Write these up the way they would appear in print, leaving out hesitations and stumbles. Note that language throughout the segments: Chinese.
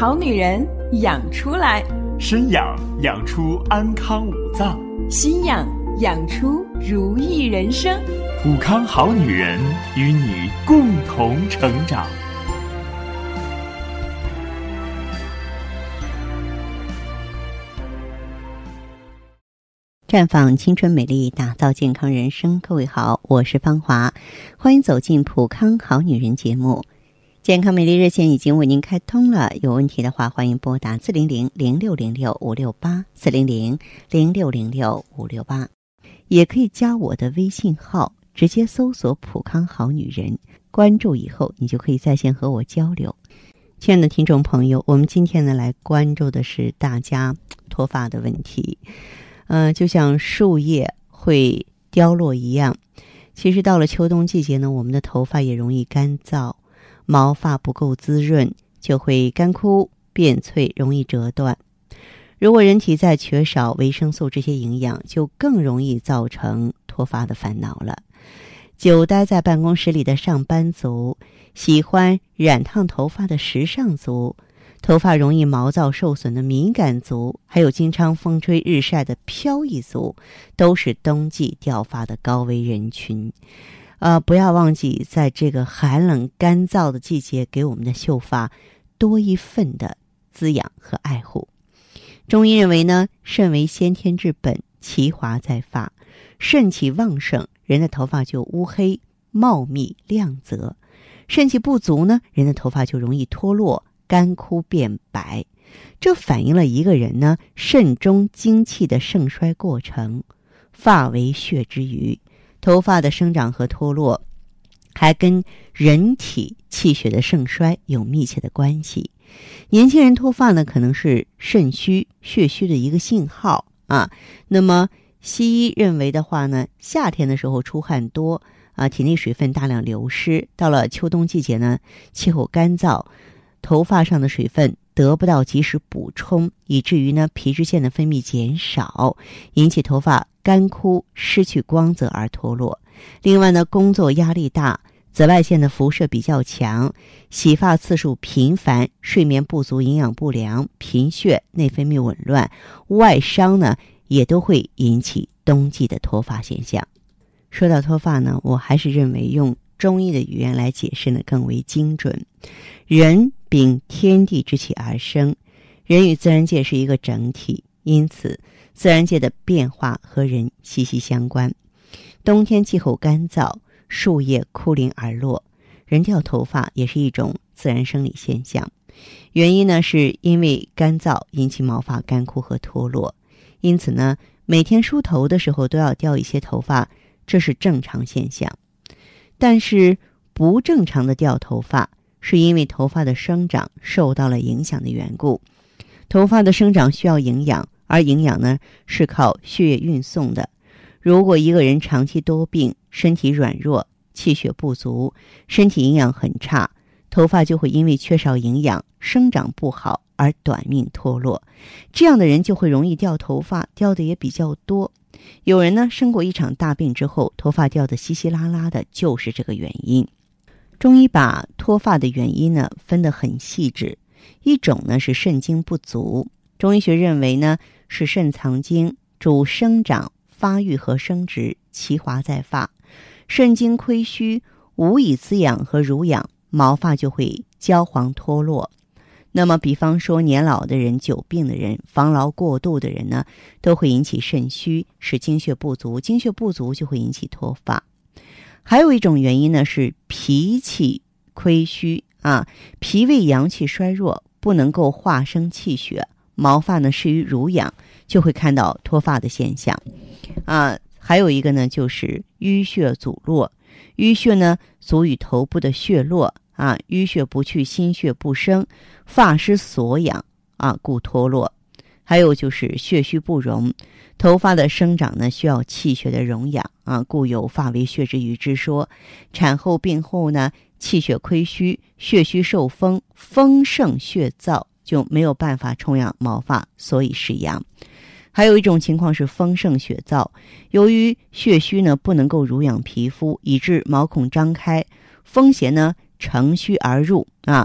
好女人养出来， 身养养出安康五脏， 心养养出如意人生。 普康好女人与你共同成长。 绽放青春美丽，打造健康人生。各位好，我是芳华，欢迎走进普康好女人节目。健康美丽热线已经为您开通了，有问题的话欢迎拨打400-0606-568 400-0606-568，也可以加我的微信号，直接搜索普康好女人，关注以后你就可以在线和我交流。亲爱的听众朋友，我们今天呢来关注的是大家脱发的问题。就像树叶会凋落一样，其实到了秋冬季节呢，我们的头发也容易干燥，毛发不够滋润，就会干枯变脆，容易折断。如果人体在缺少维生素这些营养，就更容易造成脱发的烦恼了。久待在办公室里的上班族，喜欢染烫头发的时尚族，头发容易毛躁受损的敏感族，还有经常风吹日晒的飘逸族，都是冬季掉发的高危人群。不要忘记在这个寒冷干燥的季节，给我们的秀发多一份的滋养和爱护。中医认为呢，肾为先天之本，其华在发。肾气旺盛，人的头发就乌黑、茂密、亮泽；肾气不足呢，人的头发就容易脱落、干枯变白。这反映了一个人呢肾中精气的盛衰过程。发为血之余，头发的生长和脱落还跟人体气血的盛衰有密切的关系。年轻人脱发呢，可能是肾虚血虚的一个信号啊。那么西医认为的话呢，夏天的时候出汗多体内水分大量流失，到了秋冬季节呢，气候干燥，头发上的水分得不到及时补充，以至于呢皮脂腺的分泌减少，引起头发干枯失去光泽而脱落。另外呢，工作压力大，紫外线的辐射比较强，洗发次数频繁，睡眠不足，营养不良，贫血，内分泌紊乱，外伤呢也都会引起冬季的脱发现象。说到脱发呢，我还是认为用中医的语言来解释呢更为精准。人秉天地之气而生，人与自然界是一个整体，因此自然界的变化和人息息相关。冬天气候干燥，树叶枯零而落，人掉头发也是一种自然生理现象。原因呢是因为干燥引起毛发干枯和脱落，因此呢每天梳头的时候都要掉一些头发，这是正常现象。但是不正常的掉头发是因为头发的生长受到了影响的缘故。头发的生长需要营养，而营养呢是靠血液运送的。如果一个人长期多病，身体软弱，气血不足，身体营养很差，头发就会因为缺少营养，生长不好而短命脱落。这样的人就会容易掉头发，掉的也比较多。有人呢生过一场大病之后，头发掉得稀稀拉拉的，就是这个原因。中医把脱发的原因呢分得很细致，一种呢是肾精不足，中医学认为呢是肾藏精，主生长、发育和生殖，其华在发。肾精亏虚，无以滋养和濡养，毛发就会焦黄脱落。那么比方说年老的人、久病的人、防劳过度的人呢，都会引起肾虚，使精血不足，精血不足就会引起脱发。还有一种原因呢是脾气亏虚脾胃阳气衰弱，不能够化生气血，毛发呢适于濡养，就会看到脱发的现象还有一个呢就是淤血阻络，淤血呢阻于头部的血络淤血不去，心血不生，发失所养故脱落。还有就是血虚不容，头发的生长呢需要气血的荣养故有发为血之余之说。产后病后呢，气血亏虚，血虚受风，风盛血燥，就没有办法充养毛发，所以失阳。还有一种情况是风盛血燥，由于血虚呢不能够濡养皮肤，以致毛孔张开，风邪呢乘虚而入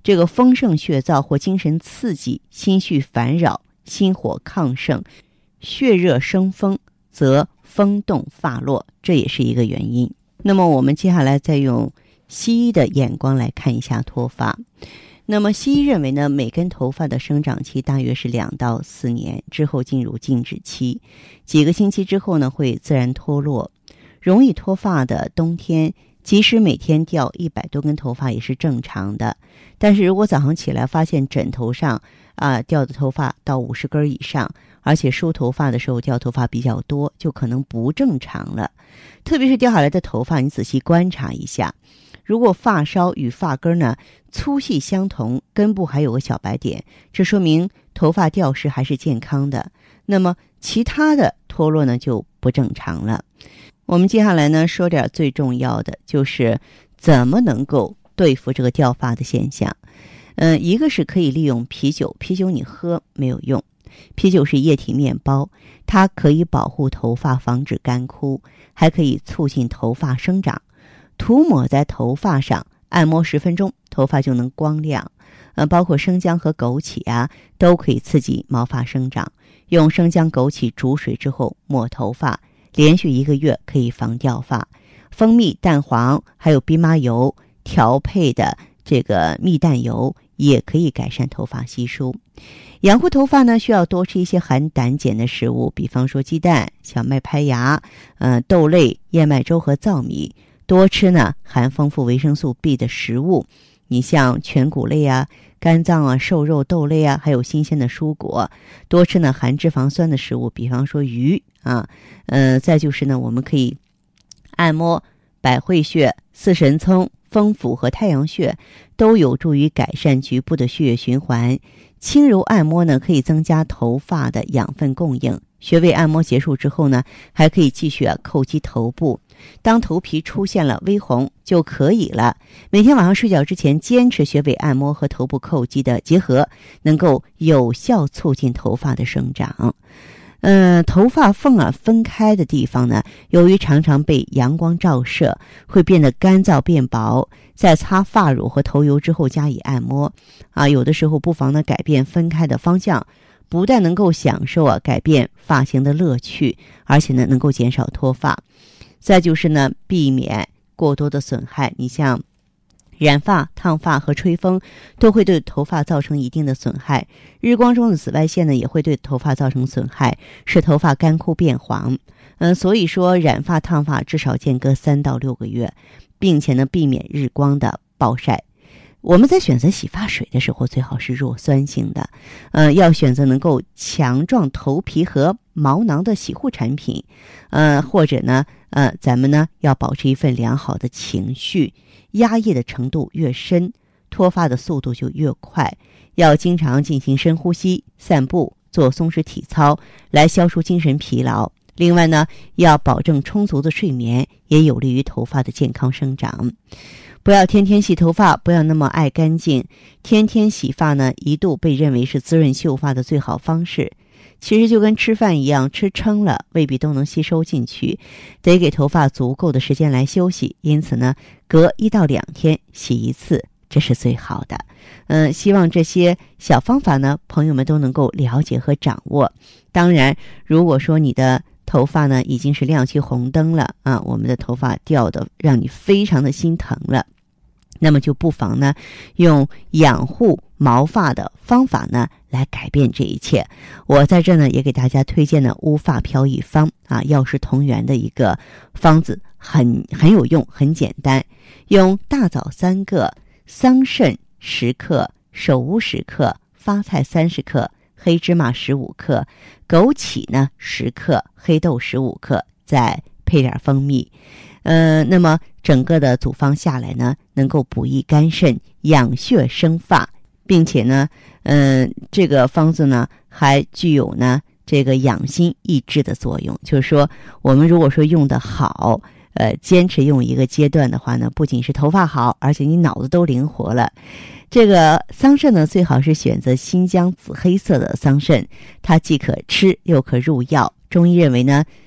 这个风盛血燥或精神刺激、心绪烦扰、心火亢盛、血热生风，则风动发落，这也是一个原因。那么我们接下来再用西医的眼光来看一下脱发。那么西医认为呢，每根头发的生长期大约是2到4年，之后进入静止期，几个星期之后呢会自然脱落。容易脱发的冬天，即使每天掉100多根头发也是正常的。但是如果早上起来发现枕头上掉的头发到50根以上，而且梳头发的时候掉头发比较多，就可能不正常了。特别是掉下来的头发，你仔细观察一下，如果发梢与发根呢粗细相同，根部还有个小白点，这说明头发掉时还是健康的。那么其他的脱落呢就不正常了。我们接下来呢说点最重要的，就是怎么能够对付这个掉发的现象。一个是可以利用啤酒，啤酒你喝没有用，啤酒是液体面包，它可以保护头发防止干枯，还可以促进头发生长。涂抹在头发上，按摩10分钟，头发就能光亮。包括生姜和枸杞都可以刺激毛发生长。用生姜枸杞煮水之后抹头发，连续1个月可以防掉发。蜂蜜、蛋黄还有蓖麻油调配的这个蜜蛋油也可以改善头发稀疏。养护头发呢，需要多吃一些含胆碱的食物，比方说鸡蛋、小麦胚芽、豆类、燕麦粥和糙米。多吃呢含丰富维生素 B 的食物，你像全谷类肝脏瘦肉、豆类还有新鲜的蔬果。多吃呢含脂肪酸的食物，比方说鱼再就是呢，我们可以按摩百会穴、四神聪、风府和太阳穴，都有助于改善局部的血液循环。轻柔按摩呢，可以增加头发的养分供应。穴位按摩结束之后呢，还可以继续叩击头部。当头皮出现了微红就可以了。每天晚上睡觉之前坚持穴位按摩和头部叩击的结合，能够有效促进头发的生长。头发缝分开的地方呢，由于常常被阳光照射，会变得干燥变薄。在擦发乳和头油之后加以按摩有的时候不妨呢改变分开的方向，不但能够享受改变发型的乐趣，而且呢能够减少脱发。再就是呢，避免过多的损害。你像染发、烫发和吹风都会对头发造成一定的损害。日光中的紫外线呢，也会对头发造成损害，使头发干枯变黄。所以说染发、烫发至少间隔3到6个月，并且呢避免日光的暴晒。我们在选择洗发水的时候，最好是弱酸性的，要选择能够强壮头皮和毛囊的洗护产品，或者呢，咱们呢要保持一份良好的情绪，压抑的程度越深，脱发的速度就越快。要经常进行深呼吸、散步、做松弛体操，来消除精神疲劳。另外呢，要保证充足的睡眠，也有利于头发的健康生长。不要天天洗头发，不要那么爱干净。天天洗发呢，一度被认为是滋润秀发的最好方式。其实就跟吃饭一样，吃撑了未必都能吸收进去，得给头发足够的时间来休息。因此呢，隔1到2天洗一次，这是最好的。希望这些小方法呢，朋友们都能够了解和掌握。当然，如果说你的头发呢已经是亮起红灯了我们的头发掉的让你非常的心疼了，那么就不妨呢用养护毛发的方法呢来改变这一切。我在这呢也给大家推荐了乌发飘逸方药食同源的一个方子，很有用，很简单。用大枣3个、桑葚10克、首乌10克、发菜30克、黑芝麻15克、枸杞呢10克、黑豆15克，再配点蜂蜜。那么整个的组方下来呢，能够补益肝肾、养血生发，并且呢，这个方子呢还具有呢这个养心益智的作用。就是说，我们如果说用得好，坚持用一个阶段的话呢，不仅是头发好，而且你脑子都灵活了。这个桑葚呢，最好是选择新疆紫黑色的桑葚，它既可吃又可入药。中医认为呢，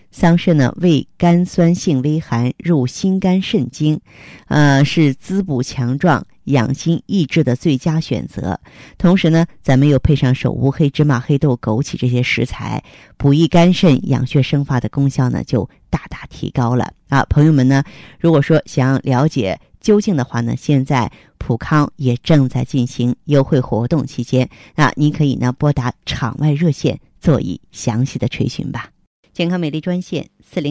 桑葚呢味甘酸性微寒，入心肝肾经，是滋补强壮、养心益智的最佳选择。同时呢，咱们又配上手乌、黑芝麻、黑豆、枸杞这些食材，补益肝肾、养血生发的功效呢就大大提高了啊！朋友们呢，如果说想了解究竟的话呢，现在普康也正在进行优惠活动期间啊，您可以呢拨打场外热线做以详细的垂询吧。健康美丽专线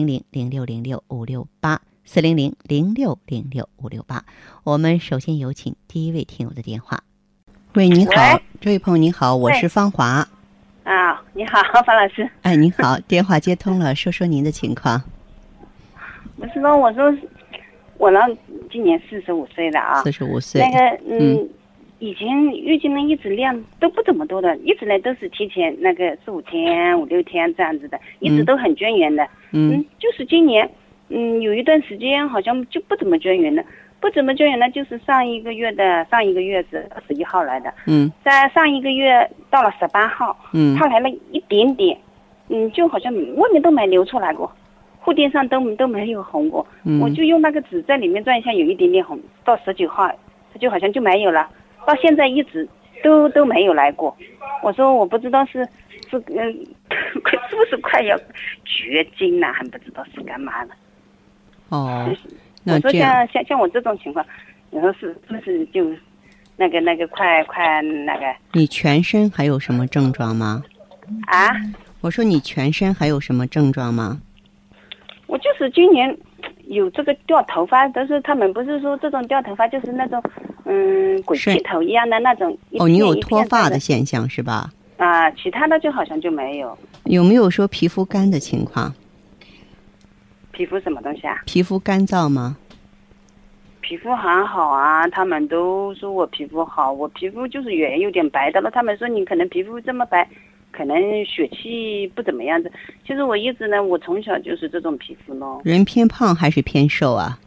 400-0606-568，400-0606-568。我们首先有请第一位听友的电话。喂，你好，这位朋友你好，我是芳华。 啊，你好，方老师。 哎，你好，电话接通了，说说您的情况。 不是说，我呢，今年45岁了啊。 45岁。 那个，以前月经呢一直量都不怎么多的，一直来都是提前那个4、5天、5、6天这样子的，一直都很均匀的。就是今年，有一段时间好像就不怎么均匀了。不怎么均匀呢，就是上一个月是21号来的。在上一个月到了18号，它来了一点点，就好像外面都没流出来过，护垫上都没有红过。我就用那个纸在里面转一下，有一点点红。到19号，它就好像就没有了。到现在一直都没有来过。我说我不知道是不是快要绝经了，还不知道是干嘛了。 哦， 我说像我这种情况，你说是不是就那个快那个？ 你全身还有什么症状吗？ 啊？我说你全身还有什么症状吗？ 我就是今年有这个掉头发，但是他们不是说这种掉头发就是那种鬼剃头一样的那种。 你有脱发的现象是吧？ 啊，其他的就好像就没有。 有没有说皮肤干的情况？ 皮肤什么东西啊？ 皮肤干燥吗？ 皮肤很好啊，他们都说我皮肤好，我皮肤就是也有点白的了。他们说你可能皮肤这么白，可能血气不怎么样子。其实我一直呢，我从小就是这种皮肤咯。 人偏胖还是偏瘦啊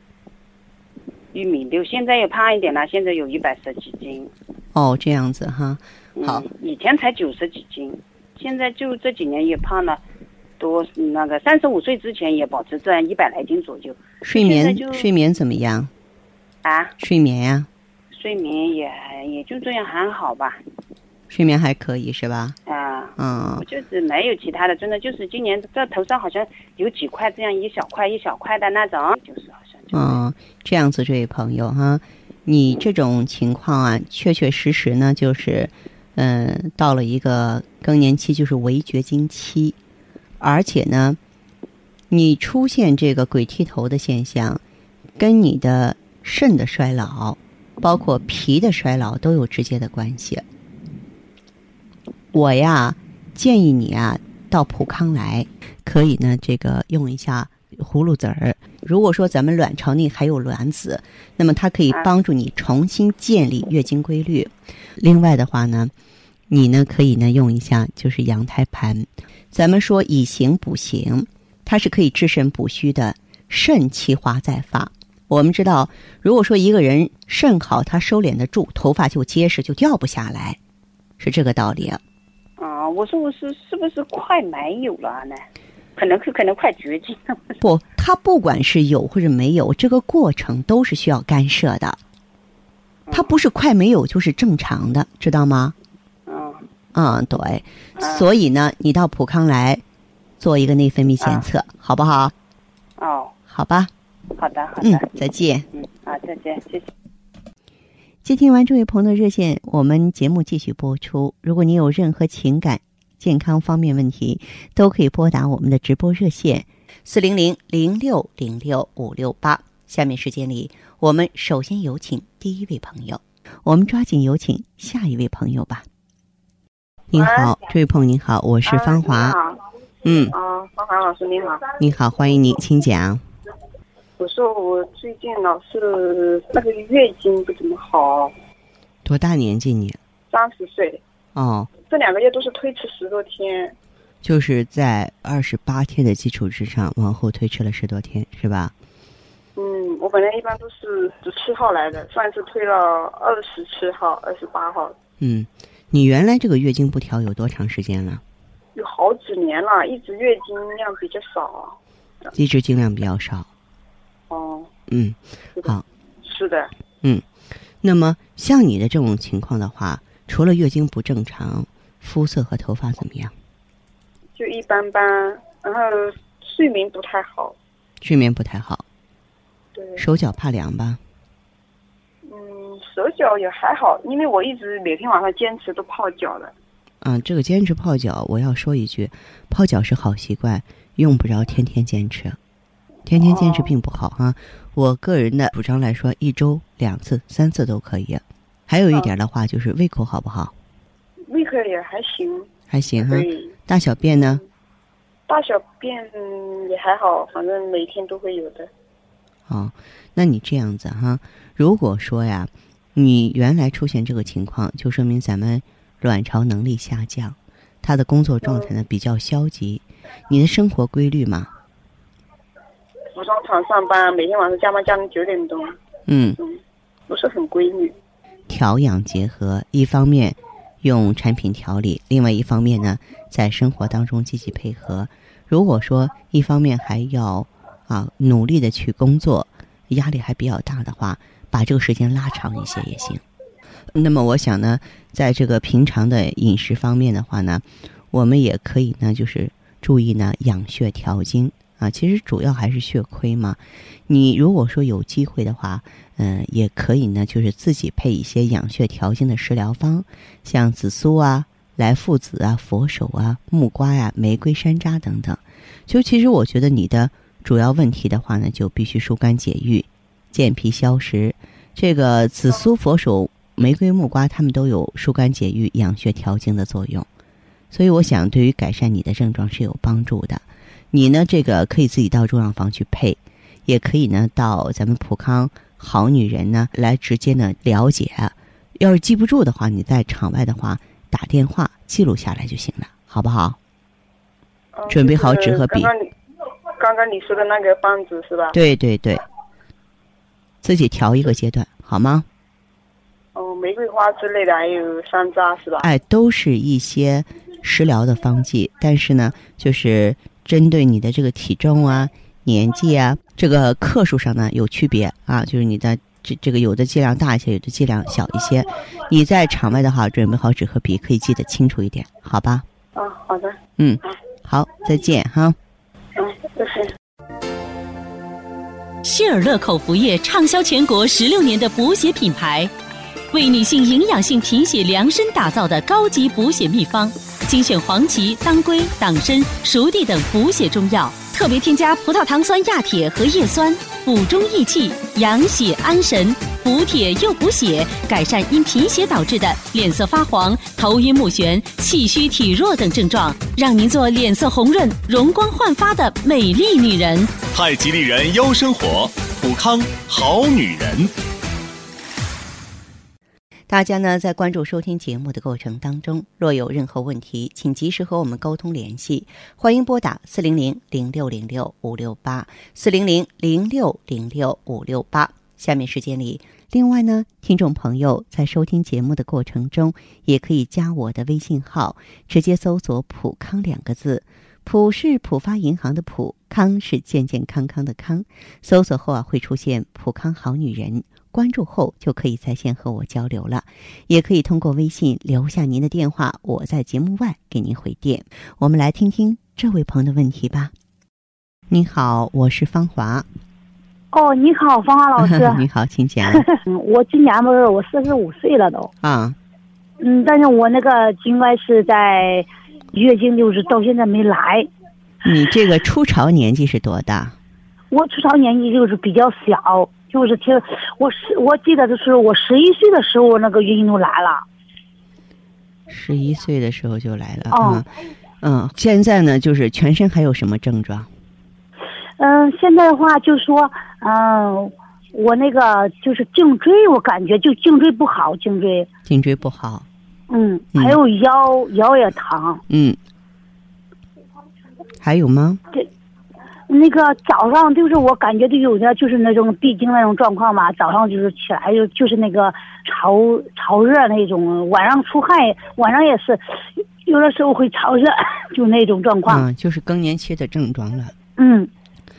？1.6米，现在也胖一点了，现在有110几斤。 哦，这样子哈。好。 以前才90几斤，现在就这几年也胖了。多那个35岁之前也保持在100来斤左右。 睡眠怎么样？ 啊？ 睡眠呀？ 睡眠也就这样，还好吧。 睡眠还可以是吧？ 啊。我就是没有其他的，真的就是今年这头上好像有几块这样一小块一小块的那种，就是好像。 这样子，这位朋友哈，你这种情况啊，确确实实呢，就是到了一个更年期，就是围绝经期。而且呢，你出现这个鬼剃头的现象，跟你的肾的衰老，包括脾的衰老都有直接的关系。我呀，建议你啊，到普康来，可以呢，这个用一下葫芦籽儿。如果说咱们卵巢内还有卵子，那么它可以帮助你重新建立月经规律。另外的话呢，你呢可以呢用一下就是羊胎盘。咱们说以形补形，它是可以治肾补虚的，肾气化再发。我们知道，如果说一个人肾好，他收敛得住，头发就结实，就掉不下来，是这个道理啊。 我说我是不是快没有了呢？可能快绝经了。 不，它不管是有或者没有，这个过程都是需要干涉的。它不是快没有就是正常的，知道吗？对，所以呢，你到普康来做一个内分泌检测，好不好？好吧。 好的。 再见。 再见，谢谢。 接听完这位朋友的热线，我们节目继续播出。如果你有任何情感、健康方面问题，都可以拨打我们的直播热线400-0606-568。下面时间里，我们首先有请第一位朋友，我们抓紧有请下一位朋友吧。您好，这位朋友您好，我是芳华。 芳华老师您好。 您好，欢迎您，请讲。 我说我最近老是那个月经不怎么好。 多大年纪你 ？30岁。这2个月都是推迟10多天。 就是在28天的基础之上往后推迟了10多天，是吧？ 我本来一般都是17号来的，上一次推了27号、28号。 你原来这个月经不调有多长时间了？ 有好几年了，一直月经量比较少。 积脂尽量比较少。 哦。 好。 是的。 那么像你的这种情况的话，除了月经不正常，肤色和头发怎么样？ 就一般般，然后睡眠不太好。 睡眠不太好。 对。 手脚怕凉吧？ 手脚也还好，因为我一直每天晚上坚持都泡脚的。 这个坚持泡脚，我要说一句，泡脚是好习惯，用不着天天坚持。天天坚持并不好啊。我个人的主张来说，1周2次、3次都可以。还有一点的话，就是胃口好不好？ 胃口也还行。 还行哈。大小便呢？ 大小便也还好，反正每天都会有的。 那你这样子哈，如果说呀，你原来出现这个情况，就说明咱们卵巢能力下降，他的工作状态呢比较消极。你的生活规律吗？ 我上厂上班，每天晚上加班加到9点钟。不是很规律。 调养结合，一方面用产品调理，另外一方面呢，在生活当中积极配合。如果说一方面还要努力的去工作，压力还比较大的话，把这个时间拉长一些也行。那么我想呢，在这个平常的饮食方面的话呢，我们也可以呢，就是注意呢养血调经其实主要还是血亏嘛。你如果说有机会的话，也可以呢，就是自己配一些养血调经的食疗方，像紫苏来附子佛手木瓜玫瑰山楂等等。就其实我觉得你的主要问题的话呢，就必须疏肝解郁、健脾消食。这个紫苏、佛手、玫瑰、木瓜，它们都有疏肝解郁、养血调经的作用，所以我想对于改善你的症状是有帮助的。你呢，这个可以自己到中药房去配，也可以呢到咱们普康好女人呢来直接呢了解。要是记不住的话，你在场外的话打电话记录下来就行了，好不好？准备好纸和笔。 刚刚你说的那个方子是吧？ 对对对，自己调一个阶段，好吗？ 玫瑰花之类的，还有山楂是吧？ 都是一些食疗的方剂，但是呢，就是针对你的这个体重年纪这个克数上呢有区别就是你的这个有的剂量大一些，有的剂量小一些。你在场外的话，准备好纸和笔，可以记得清楚一点，好吧？ 好的。 好，再见哈。 再见。 希尔乐口服液畅销全国16年的补血品牌，为女性营养性贫血量身打造的高级补血秘方，精选黄芪、当归、党参、熟地等补血中药，特别添加葡萄糖酸亚铁和叶酸，补中益气、养血安神，补铁又补血，改善因贫血导致的脸色发黄、头晕目眩、气虚体弱等症状，让您做脸色红润、容光焕发的美丽女人。 太极丽人优生活，普康好女人。 大家呢在关注收听节目的过程当中，若有任何问题，请及时和我们沟通联系，欢迎拨打400-0606-568，400-0606-568。下面时间里，另外呢，听众朋友在收听节目的过程中，也可以加我的微信号，直接搜索普康2个字，普是浦发银行的普，康是健健康康的康。搜索后会出现普康好女人，关注后就可以在线和我交流了。也可以通过微信留下您的电话，我在节目外给您回电。我们来听听这位朋友的问题吧。你好，我是芳华。 你好，芳华老师。 你好，请讲。 我今年不是我45岁了都。但是我那个应该是在月经就是到现在没来。 你这个初潮年纪是多大？ 我初潮年纪就是比较小，就是我记得就是我11岁的时候那个月经就来了。 11岁的时候就来了。现在呢，就是全身还有什么症状？ 现在的话就说，我那个就是颈椎，我感觉就颈椎不好，颈椎不好。还有腰也疼。 还有吗？ 那个早上就是我感觉就有的就是那种闭经那种状况嘛，早上就是起来就是那个潮热那种，晚上出汗，晚上也是有的时候会潮热，就那种状况。 就是更年期的症状了。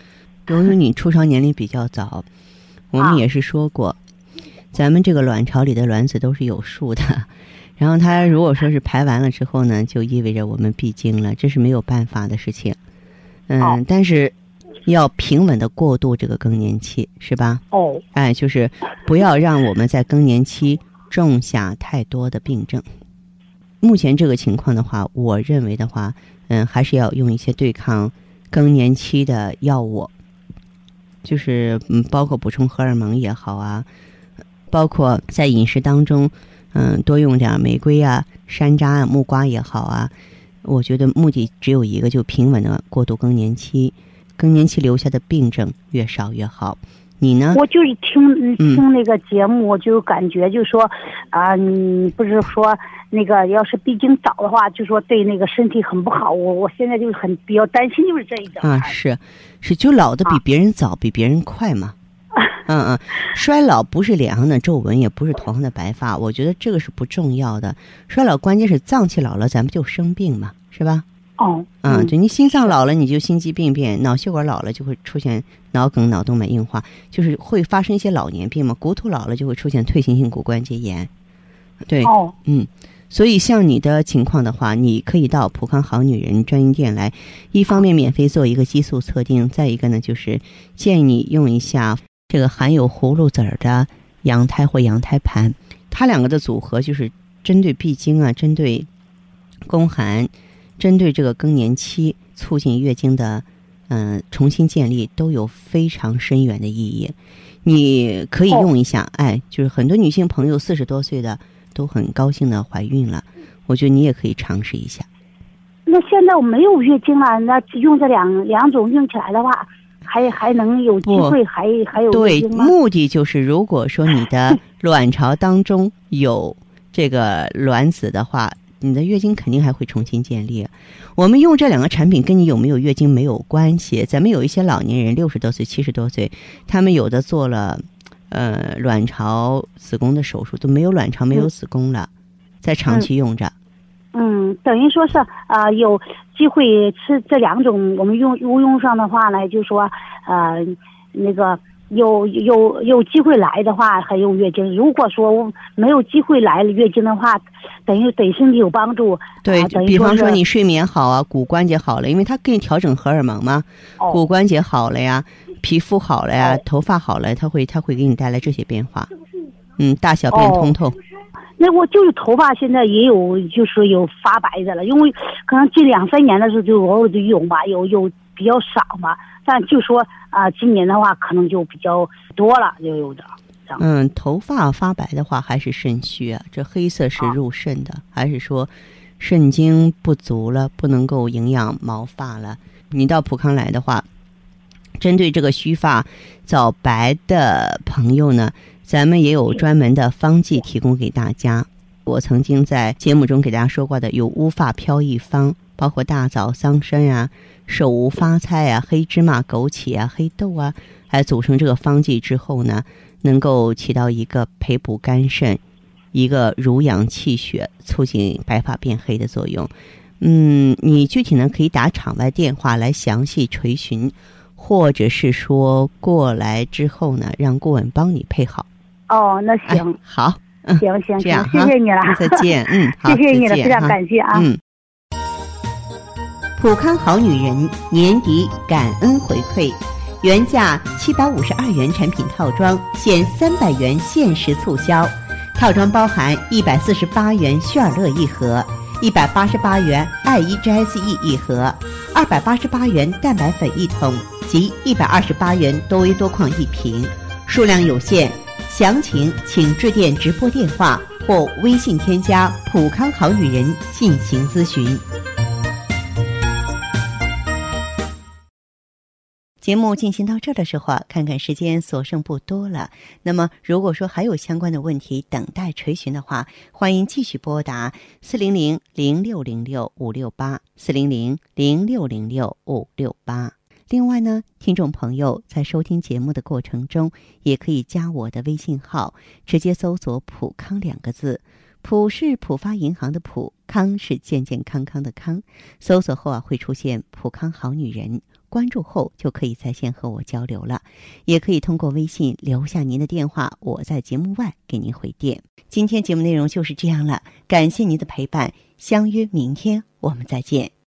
由于你初潮年龄比较早，我们也是说过，咱们这个卵巢里的卵子都是有数的，然后它如果说是排完了之后呢，就意味着我们闭经了，这是没有办法的事情。但是要平稳的过渡这个更年期，是吧？就是不要让我们在更年期种下太多的病症。目前这个情况的话，我认为的话，还是要用一些对抗更年期的药物，就是包括补充荷尔蒙也好啊，包括在饮食当中，多用点玫瑰啊、山楂啊、木瓜也好啊。我觉得目的只有一个，就平稳的过渡更年期，更年期留下的病症越少越好。你呢？我就是听那个节目，我就感觉就说你不是说那个要是闭经早的话，就说对那个身体很不好。我现在就是比较担心，就是这一点是就老的比别人早，比别人快嘛。衰老不是脸上的皱纹，也不是头上的白发，我觉得这个是不重要的。衰老关键是脏器老了，咱们就生病嘛，是吧？对，你心脏老了，你就心肌病变；脑血管老了，就会出现脑梗、脑动脉硬化，就是会发生一些老年病嘛。骨头老了，就会出现退行性骨关节炎。对，所以像你的情况的话，你可以到普康好女人专营店来，一方面免费做一个激素测定，再一个呢，就是建议你用一下这个含有葫芦籽的羊胎或羊胎盘，它两个的组合就是针对闭经啊，针对宫寒，针对这个更年期，促进月经的重新建立，都有非常深远的意义。你可以用一下，就是很多女性朋友40多岁的都很高兴的怀孕了，我觉得你也可以尝试一下。 那现在我没有月经了，那用这两种用起来的话，还能有机会，还有月经吗？对， 目的就是如果说你的卵巢当中有这个卵子的话，你的月经肯定还会重新建立。我们用这两个产品跟你有没有月经没有关系。咱们有一些老年人60多岁、70多岁，他们有的做了卵巢子宫的手术，都没有卵巢没有子宫了，再长期用着。 等于说是有机会吃这两种，我们用上的话呢，就说那个有机会来的话还有月经，如果说没有机会来了月经的话，等于对身体有帮助。 对，比方说你睡眠好啊，骨关节好了，因为它给你调整荷尔蒙嘛，骨关节好了呀，皮肤好了呀，头发好了，它会给你带来这些变化。大小便通透。 那我就是头发现在也有，就是有发白的了，因为可能近2-3年的时候就偶尔就有嘛，有比较少嘛，但就说今年的话可能就比较多了，就有的。 头发发白的话还是肾虚啊，这黑色是入肾的，还是说肾精不足了，不能够营养毛发了？你到普康来的话，针对这个须发早白的朋友呢，咱们也有专门的方剂提供给大家。我曾经在节目中给大家说过的，有乌发飘逸方，包括大枣、桑葚啊、手无发菜啊、黑芝麻、枸杞啊、黑豆啊，还组成这个方剂之后呢，能够起到一个培补肝肾、一个濡养气血、促进白发变黑的作用。你具体呢可以打场外电话来详细垂询，或者是说过来之后呢，让顾问帮你配好。 那行， 好， 行， 这样谢谢你了， 再见，好， 谢谢你了，非常感谢啊。 普康好女人年底感恩回馈，原价752元产品套装，现300元限时促销。套装包含148元旭尔乐一盒，188元爱伊 GSE 一盒，288元蛋白粉一桶及128元多维多矿一瓶，数量有限，详情请致电直播电话或微信添加普康好女人进行咨询。节目进行到这的时候看看时间所剩不多了。那么如果说还有相关的问题等待垂询的话，欢迎继续拨打400-0606-568，400-0606-568。另外呢，听众朋友在收听节目的过程中，也可以加我的微信号，直接搜索普康2个字，普是浦发银行的普，康是健健康康的康，搜索后会出现普康好女人， 关注后就可以在线和我交流了，也可以通过微信留下您的电话，我在节目外给您回电。今天节目内容就是这样了，感谢您的陪伴，相约明天我们再见。